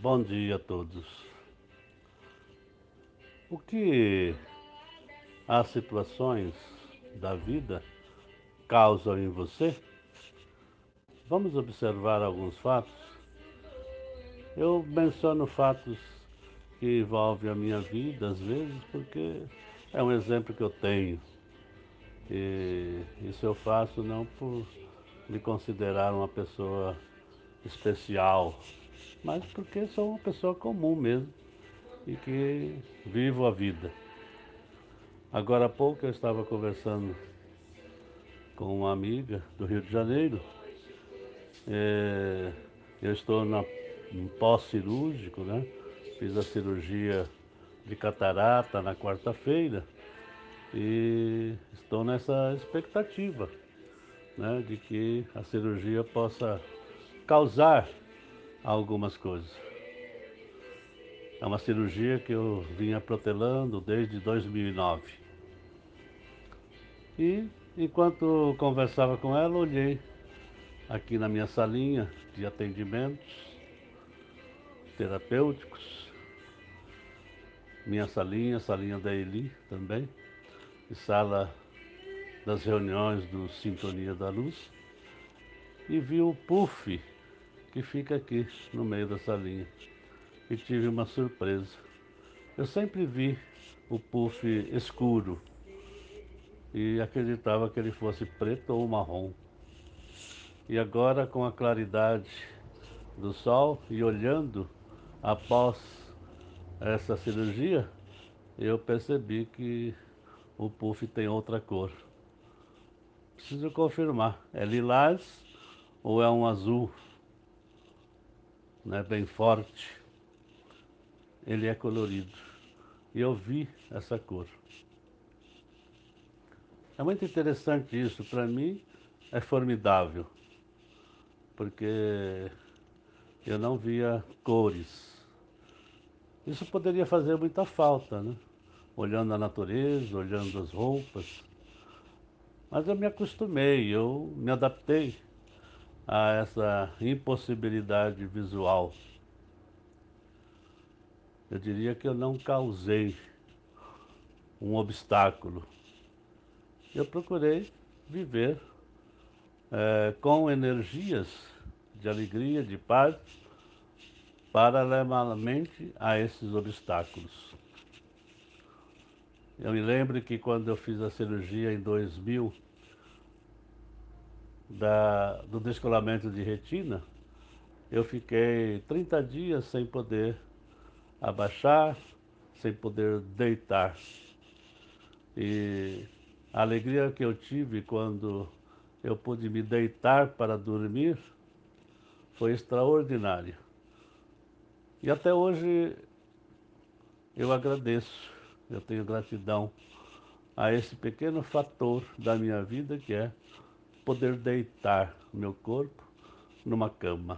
Bom dia a todos. O que as situações da vida causam em você? Vamos observar alguns fatos. Eu menciono fatos que envolvem a minha vida, às vezes, porque é um exemplo que eu tenho. E isso eu faço não por me considerar uma pessoa especial, mas porque sou uma pessoa comum mesmo e que vivo a vida. Agora há pouco eu estava conversando com uma amiga do Rio de Janeiro. É, eu estou em pós-cirúrgico, né? Fiz a cirurgia de catarata na quarta-feira e estou nessa expectativa, né, de que a cirurgia possa causar algumas coisas. É uma cirurgia que eu vinha protelando desde 2009. E enquanto conversava com ela, olhei aqui na minha salinha de atendimentos terapêuticos, minha salinha, salinha da Eli também, e sala das reuniões do Sintonia da Luz, e vi o puff que fica aqui no meio da salinha. E tive uma surpresa. Eu sempre vi o puff escuro e acreditava que ele fosse preto ou marrom. E agora, com a claridade do sol e olhando após essa cirurgia, eu percebi que o puff tem outra cor. Preciso confirmar, é lilás ou é um azul, né, bem forte. Ele é colorido e eu vi essa cor. É muito interessante isso, para mim é formidável, porque eu não via cores. Isso poderia fazer muita falta, né? Olhando a natureza, olhando as roupas. Mas eu me acostumei, eu me adaptei a essa impossibilidade visual. Eu diria que eu não causei um obstáculo. Eu procurei viver com energias de alegria, de paz, paralelamente a esses obstáculos. Eu me lembro que quando eu fiz a cirurgia em 2000 do descolamento de retina, eu fiquei 30 dias sem poder abaixar, sem poder deitar. E a alegria que eu tive quando eu pude me deitar para dormir foi extraordinária. E até hoje eu agradeço, eu tenho gratidão a esse pequeno fator da minha vida que é poder deitar meu corpo numa cama.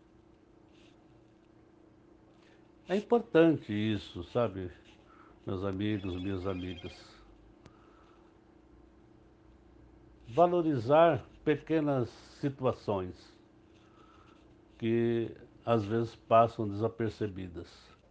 É importante isso, sabe, meus amigos, minhas amigas. Valorizar pequenas situações que às vezes passam desapercebidas.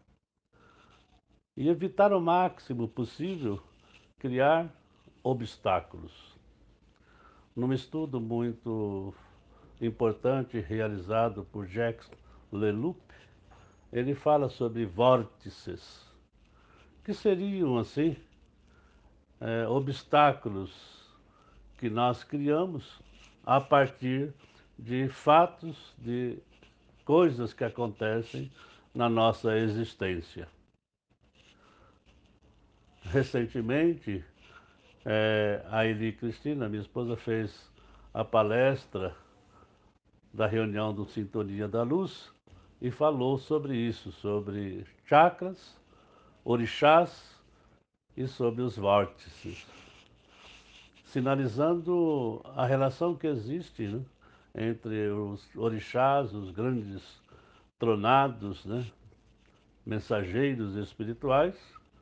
E evitar o máximo possível criar obstáculos. Num estudo muito importante realizado por Jacques Leloup, ele fala sobre vórtices, que seriam assim obstáculos que nós criamos a partir de fatos, de coisas que acontecem na nossa existência. Recentemente, a Eli Cristina, minha esposa, fez a palestra da reunião do Sintonia da Luz e falou sobre isso, sobre chakras, orixás e sobre os vórtices, sinalizando a relação que existe, né, entre os orixás, os grandes tronados, né, mensageiros espirituais,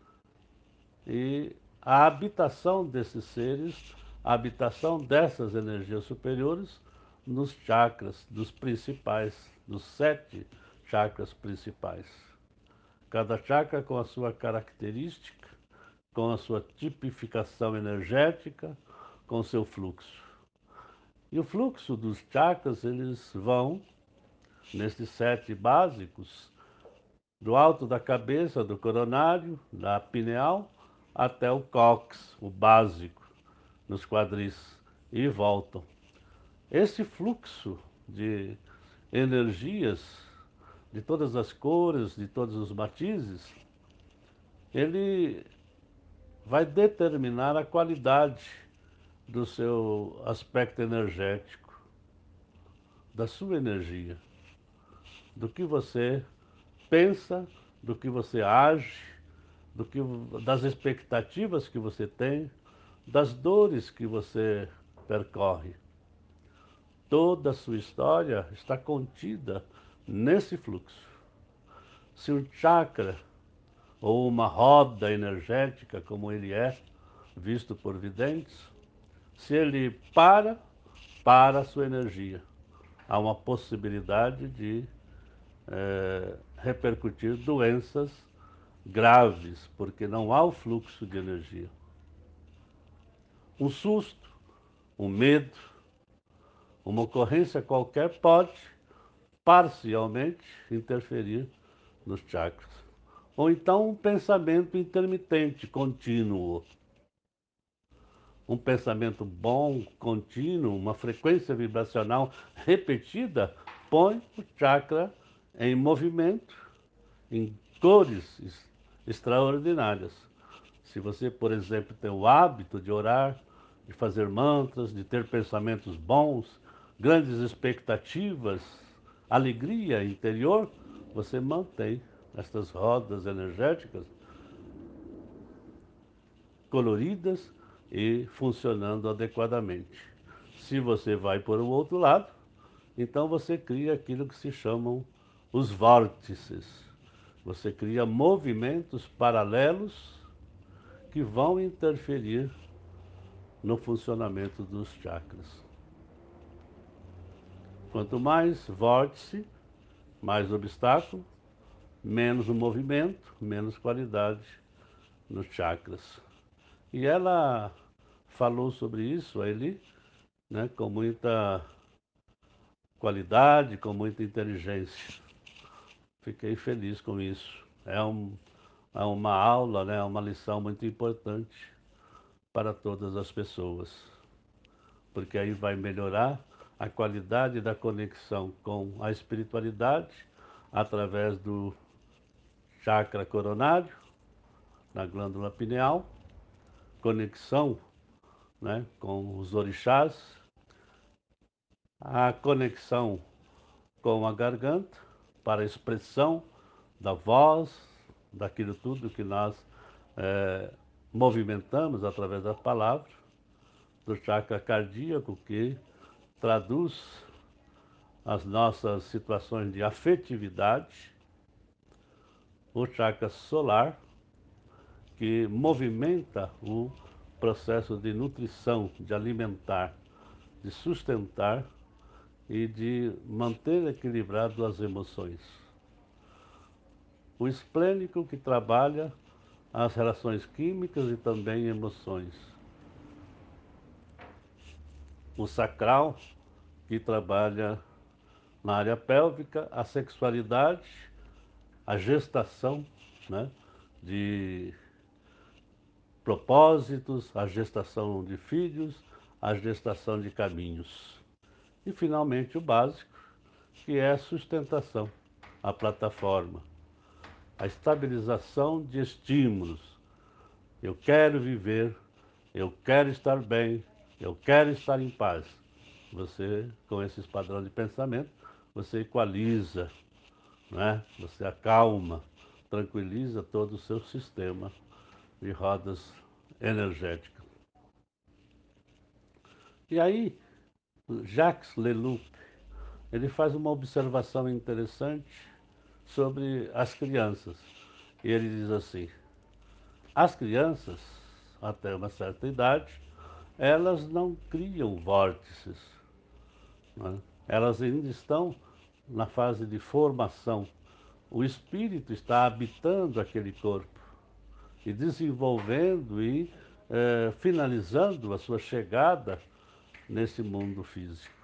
e a habitação desses seres, a habitação dessas energias superiores nos chakras, dos principais, dos 7 chakras principais. Cada chakra com a sua característica, com a sua tipificação energética, com o seu fluxo. E o fluxo dos chakras, eles vão, nesses 7 básicos, do alto da cabeça, do coronário, da pineal, até o cóccix, o básico, nos quadris, e voltam. Esse fluxo de energias, de todas as cores, de todos os matizes, ele vai determinar a qualidade do seu aspecto energético, da sua energia, do que você pensa, do que você age, das expectativas que você tem, das dores que você percorre. Toda a sua história está contida nesse fluxo. Se um chakra ou uma roda energética, como ele é, visto por videntes, se ele para a sua energia. Há uma possibilidade de repercutir doenças graves, porque não há o fluxo de energia. Um susto, um medo, uma ocorrência qualquer pode parcialmente interferir nos chakras. Ou então um pensamento intermitente, contínuo. Um pensamento bom, contínuo, uma frequência vibracional repetida, põe o chakra em movimento, em cores extraordinárias. Se você, por exemplo, tem o hábito de orar, de fazer mantras, de ter pensamentos bons, grandes expectativas, alegria interior, você mantém estas rodas energéticas coloridas e funcionando adequadamente. Se você vai por um outro lado, então você cria aquilo que se chamam os vórtices. Você cria movimentos paralelos que vão interferir no funcionamento dos chakras. Quanto mais vórtice, mais obstáculo, menos o movimento, menos qualidade nos chakras. E ela falou sobre isso, a Eli, né, com muita qualidade, com muita inteligência. Fiquei feliz com isso. É uma aula, né, uma lição muito importante para todas as pessoas, porque aí vai melhorar a qualidade da conexão com a espiritualidade através do chakra coronário, na glândula pineal, conexão, né, com os orixás, a conexão com a garganta para a expressão da voz, daquilo tudo que nós movimentamos através das palavras, do chakra cardíaco que traduz as nossas situações de afetividade, o chakra solar, que movimenta o processo de nutrição, de alimentar, de sustentar e de manter equilibrado as emoções. O esplênico, que trabalha as relações químicas e também emoções. O sacral, que trabalha na área pélvica a sexualidade, a gestação, né, de propósitos, a gestação de filhos, a gestação de caminhos. E, finalmente, o básico, que é a sustentação, a plataforma, a estabilização de estímulos. Eu quero viver, eu quero estar bem, eu quero estar em paz. Você, com esses padrões de pensamento, você equaliza, né? Você acalma, tranquiliza todo o seu sistema de rodas energéticas. E aí, Jacques Leloup, ele faz uma observação interessante sobre as crianças. E ele diz assim: as crianças, até uma certa idade, elas não criam vórtices, né? Elas ainda estão na fase de formação, o espírito está habitando aquele corpo e desenvolvendo e finalizando a sua chegada nesse mundo físico.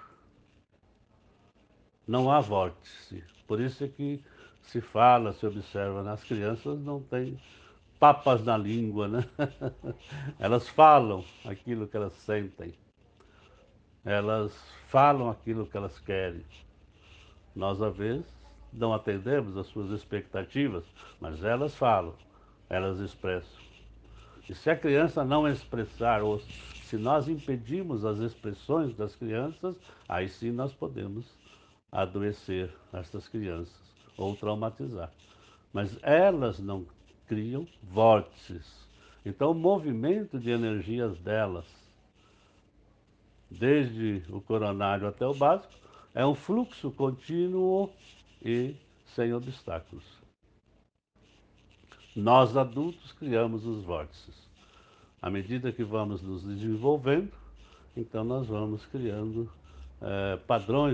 Não há vórtice. Por isso é que se fala, se observa nas crianças, não tem papas na língua, né? Elas falam aquilo que elas sentem, elas falam aquilo que elas querem. Nós, às vezes, não atendemos às suas expectativas, mas elas falam, elas expressam. E se a criança não expressar, ou se nós impedimos as expressões das crianças, aí sim nós podemos adoecer essas crianças ou traumatizar. Mas elas não criam vórtices. Então, o movimento de energias delas, desde o coronário até o básico, é um fluxo contínuo e sem obstáculos. Nós adultos criamos os vórtices. À medida que vamos nos desenvolvendo, então nós vamos criando padrões,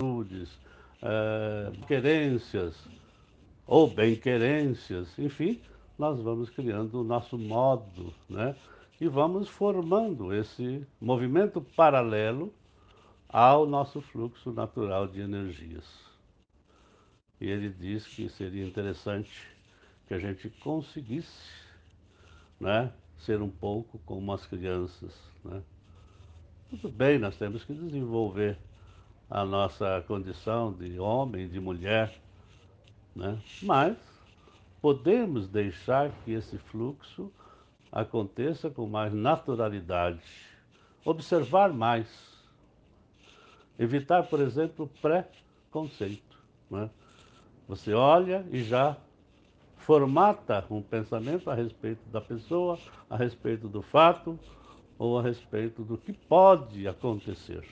querências ou bem-querências, enfim, nós vamos criando o nosso modo, né? E vamos formando esse movimento paralelo ao nosso fluxo natural de energias. E ele diz que seria interessante que a gente conseguisse, né, ser um pouco como as crianças, né? Tudo bem, nós temos que desenvolver a nossa condição de homem, de mulher, né? Mas podemos deixar que esse fluxo aconteça com mais naturalidade, observar mais, evitar, por exemplo, preconceito, né? Você olha e já formata um pensamento a respeito da pessoa, a respeito do fato ou a respeito do que pode acontecer.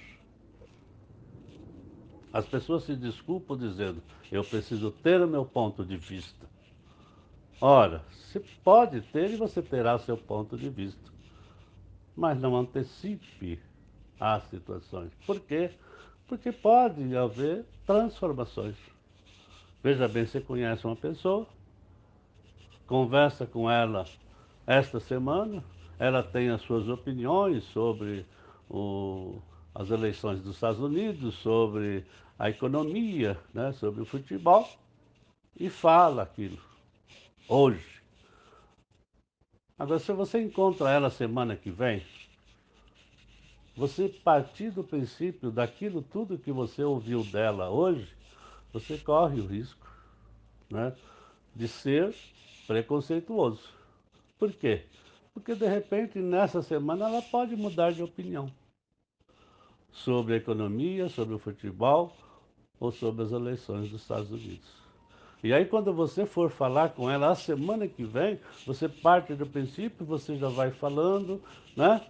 As pessoas se desculpam dizendo: eu preciso ter o meu ponto de vista. Ora, você pode ter e você terá seu ponto de vista, mas não antecipe as situações. Por quê? Porque pode haver transformações. Veja bem, você conhece uma pessoa, conversa com ela esta semana, ela tem as suas opiniões sobre o, as eleições dos Estados Unidos, sobre a economia, né, sobre o futebol, e fala aquilo hoje. Agora, se você encontra ela semana que vem, você partir do princípio daquilo tudo que você ouviu dela hoje, você corre o risco, né, de ser preconceituoso. Por quê? Porque de repente nessa semana ela pode mudar de opinião sobre a economia, sobre o futebol ou sobre as eleições dos Estados Unidos. E aí quando você for falar com ela a semana que vem, você parte do princípio, você já vai falando, né?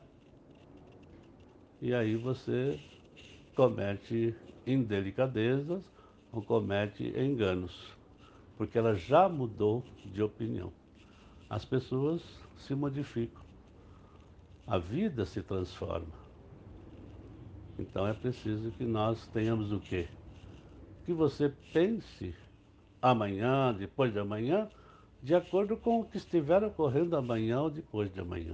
E aí você comete indelicadezas ou comete enganos, porque ela já mudou de opinião. As pessoas se modificam, a vida se transforma. Então é preciso que nós tenhamos o quê? Que você pense amanhã, depois de amanhã, de acordo com o que estiver ocorrendo amanhã ou depois de amanhã.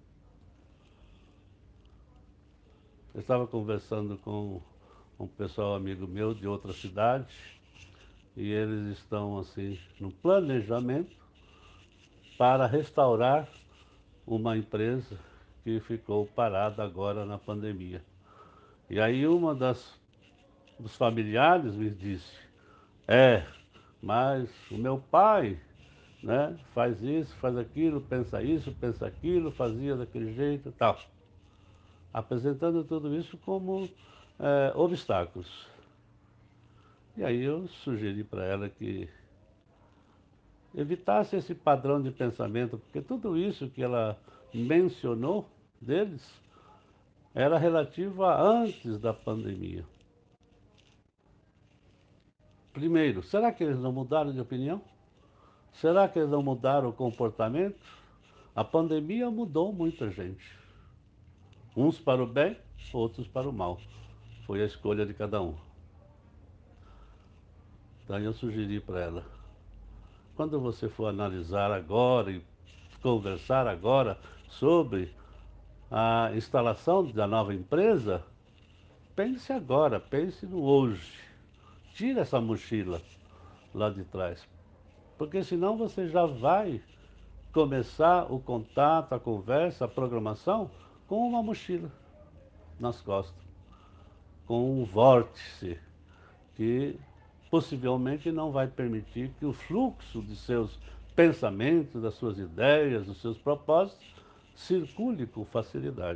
Eu estava conversando com um pessoal amigo meu de outra cidade e eles estão assim no planejamento para restaurar uma empresa que ficou parada agora na pandemia. E aí uma dos familiares me disse, mas o meu pai, né, faz isso, faz aquilo, pensa aquilo, fazia daquele jeito e tal. Apresentando tudo isso como obstáculos. E aí eu sugeri para ela que evitasse esse padrão de pensamento, porque tudo isso que ela mencionou deles era relativo a antes da pandemia. Primeiro, será que eles não mudaram de opinião? Será que eles não mudaram o comportamento? A pandemia mudou muita gente. Uns para o bem, outros para o mal. Foi a escolha de cada um. Então eu sugeri para ela, quando você for analisar agora e conversar agora sobre a instalação da nova empresa, pense agora, pense no hoje. Tira essa mochila lá de trás, porque senão você já vai começar o contato, a conversa, a programação com uma mochila nas costas, com um vórtice que possivelmente não vai permitir que o fluxo de seus pensamentos, das suas ideias, dos seus propósitos circule com facilidade.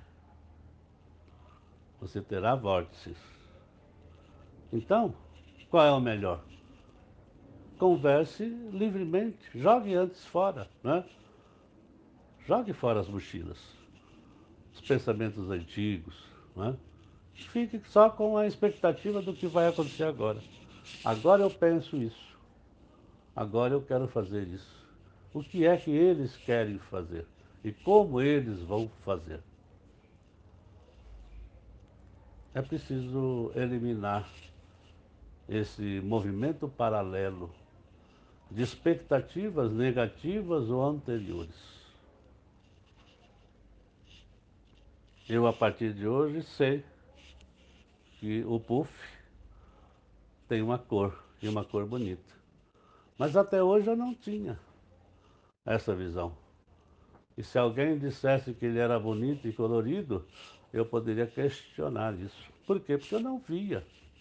Você terá vórtices. Então, qual é o melhor? Converse livremente, jogue antes fora, né? Jogue fora as mochilas, os pensamentos antigos, né? Fique só com a expectativa do que vai acontecer agora. Agora eu penso isso, agora eu quero fazer isso. O que é que eles querem fazer e como eles vão fazer? É preciso eliminar esse movimento paralelo de expectativas negativas ou anteriores. Eu, a partir de hoje, sei que o puff tem uma cor, e uma cor bonita. Mas até hoje eu não tinha essa visão. E se alguém dissesse que ele era bonito e colorido, eu poderia questionar isso. Por quê? Porque eu não via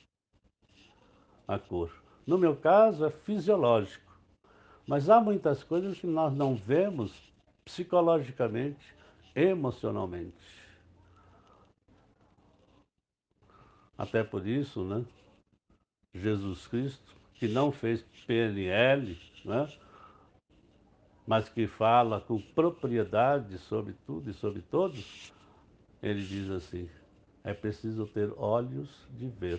a cor. No meu caso, é fisiológico. Mas há muitas coisas que nós não vemos psicologicamente, emocionalmente. Até por isso, né, Jesus Cristo, que não fez PNL, né, mas que fala com propriedade sobre tudo e sobre todos, ele diz assim: é preciso ter olhos de ver.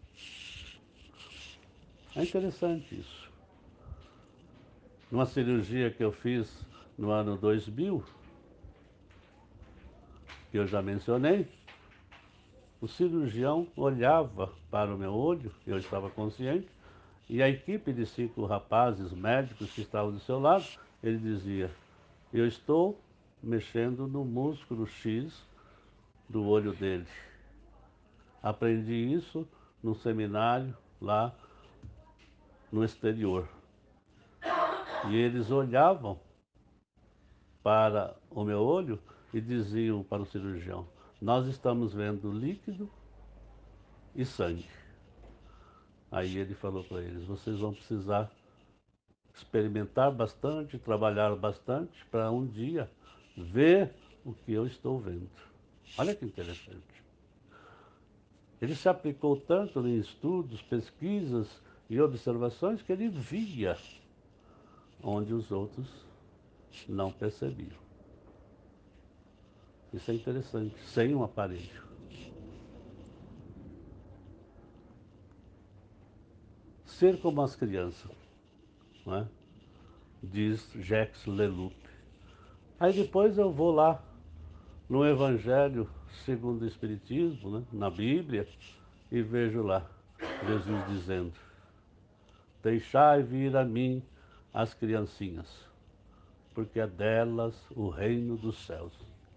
É interessante isso. Numa cirurgia que eu fiz no ano 2000, que eu já mencionei, o cirurgião olhava para o meu olho, eu estava consciente, e a equipe de 5 rapazes médicos que estavam do seu lado, ele dizia: eu estou mexendo no músculo X do olho dele. Aprendi isso num seminário lá no exterior. E eles olhavam para o meu olho e diziam para o cirurgião: nós estamos vendo líquido e sangue. Aí ele falou para eles: vocês vão precisar experimentar bastante, trabalhar bastante para um dia ver o que eu estou vendo. Olha que interessante. Ele se aplicou tanto em estudos, pesquisas e observações que ele via onde os outros não percebiam. Isso é interessante, sem um aparelho. Ser como as crianças, não é? Diz Jacques Leloup. Aí depois eu vou lá no Evangelho segundo o Espiritismo, né? Na Bíblia, e vejo lá Jesus dizendo: deixai vir a mim as criancinhas, porque é delas o reino dos céus.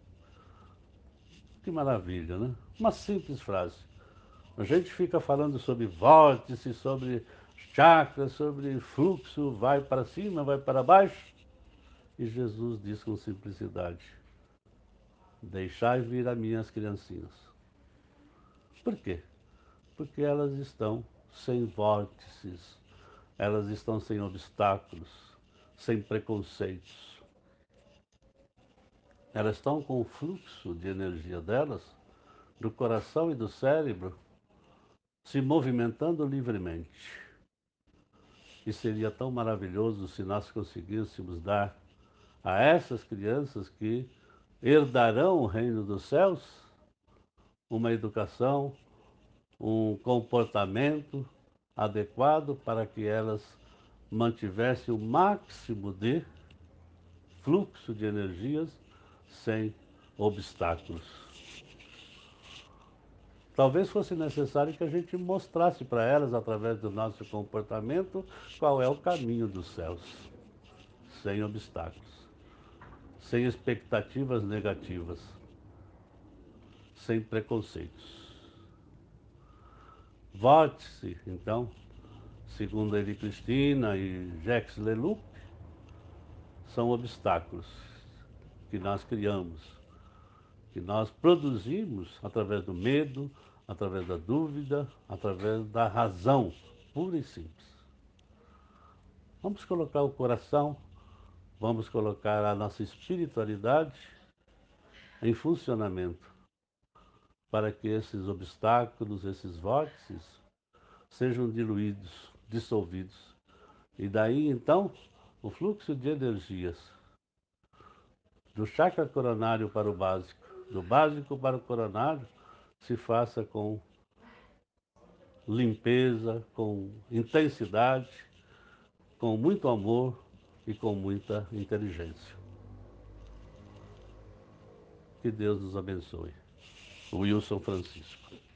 Que maravilha, né? Uma simples frase. A gente fica falando sobre vórtice, sobre chakras, sobre fluxo, vai para cima, vai para baixo. E Jesus diz com simplicidade: deixai vir a mim as criancinhas. Por quê? Porque elas estão sem vórtices, elas estão sem obstáculos, sem preconceitos. Elas estão com o fluxo de energia delas, do coração e do cérebro, se movimentando livremente. E seria tão maravilhoso se nós conseguíssemos dar a essas crianças que herdarão o reino dos céus uma educação, um comportamento adequado para que elas mantivessem o máximo de fluxo de energias sem obstáculos. Talvez fosse necessário que a gente mostrasse para elas, através do nosso comportamento, qual é o caminho dos céus, sem obstáculos, sem expectativas negativas, sem preconceitos. Vórtice, então, segundo Eli Cristina e Jacques Leloup, são obstáculos que nós criamos, que nós produzimos através do medo, através da dúvida, através da razão pura e simples. Vamos colocar o coração, vamos colocar a nossa espiritualidade em funcionamento para que esses obstáculos, esses vórtices, sejam diluídos, dissolvidos. E daí então o fluxo de energias do chakra coronário para o básico, do básico para o coronário, se faça com limpeza, com intensidade, com muito amor e com muita inteligência. Que Deus nos abençoe. Wilson Francisco.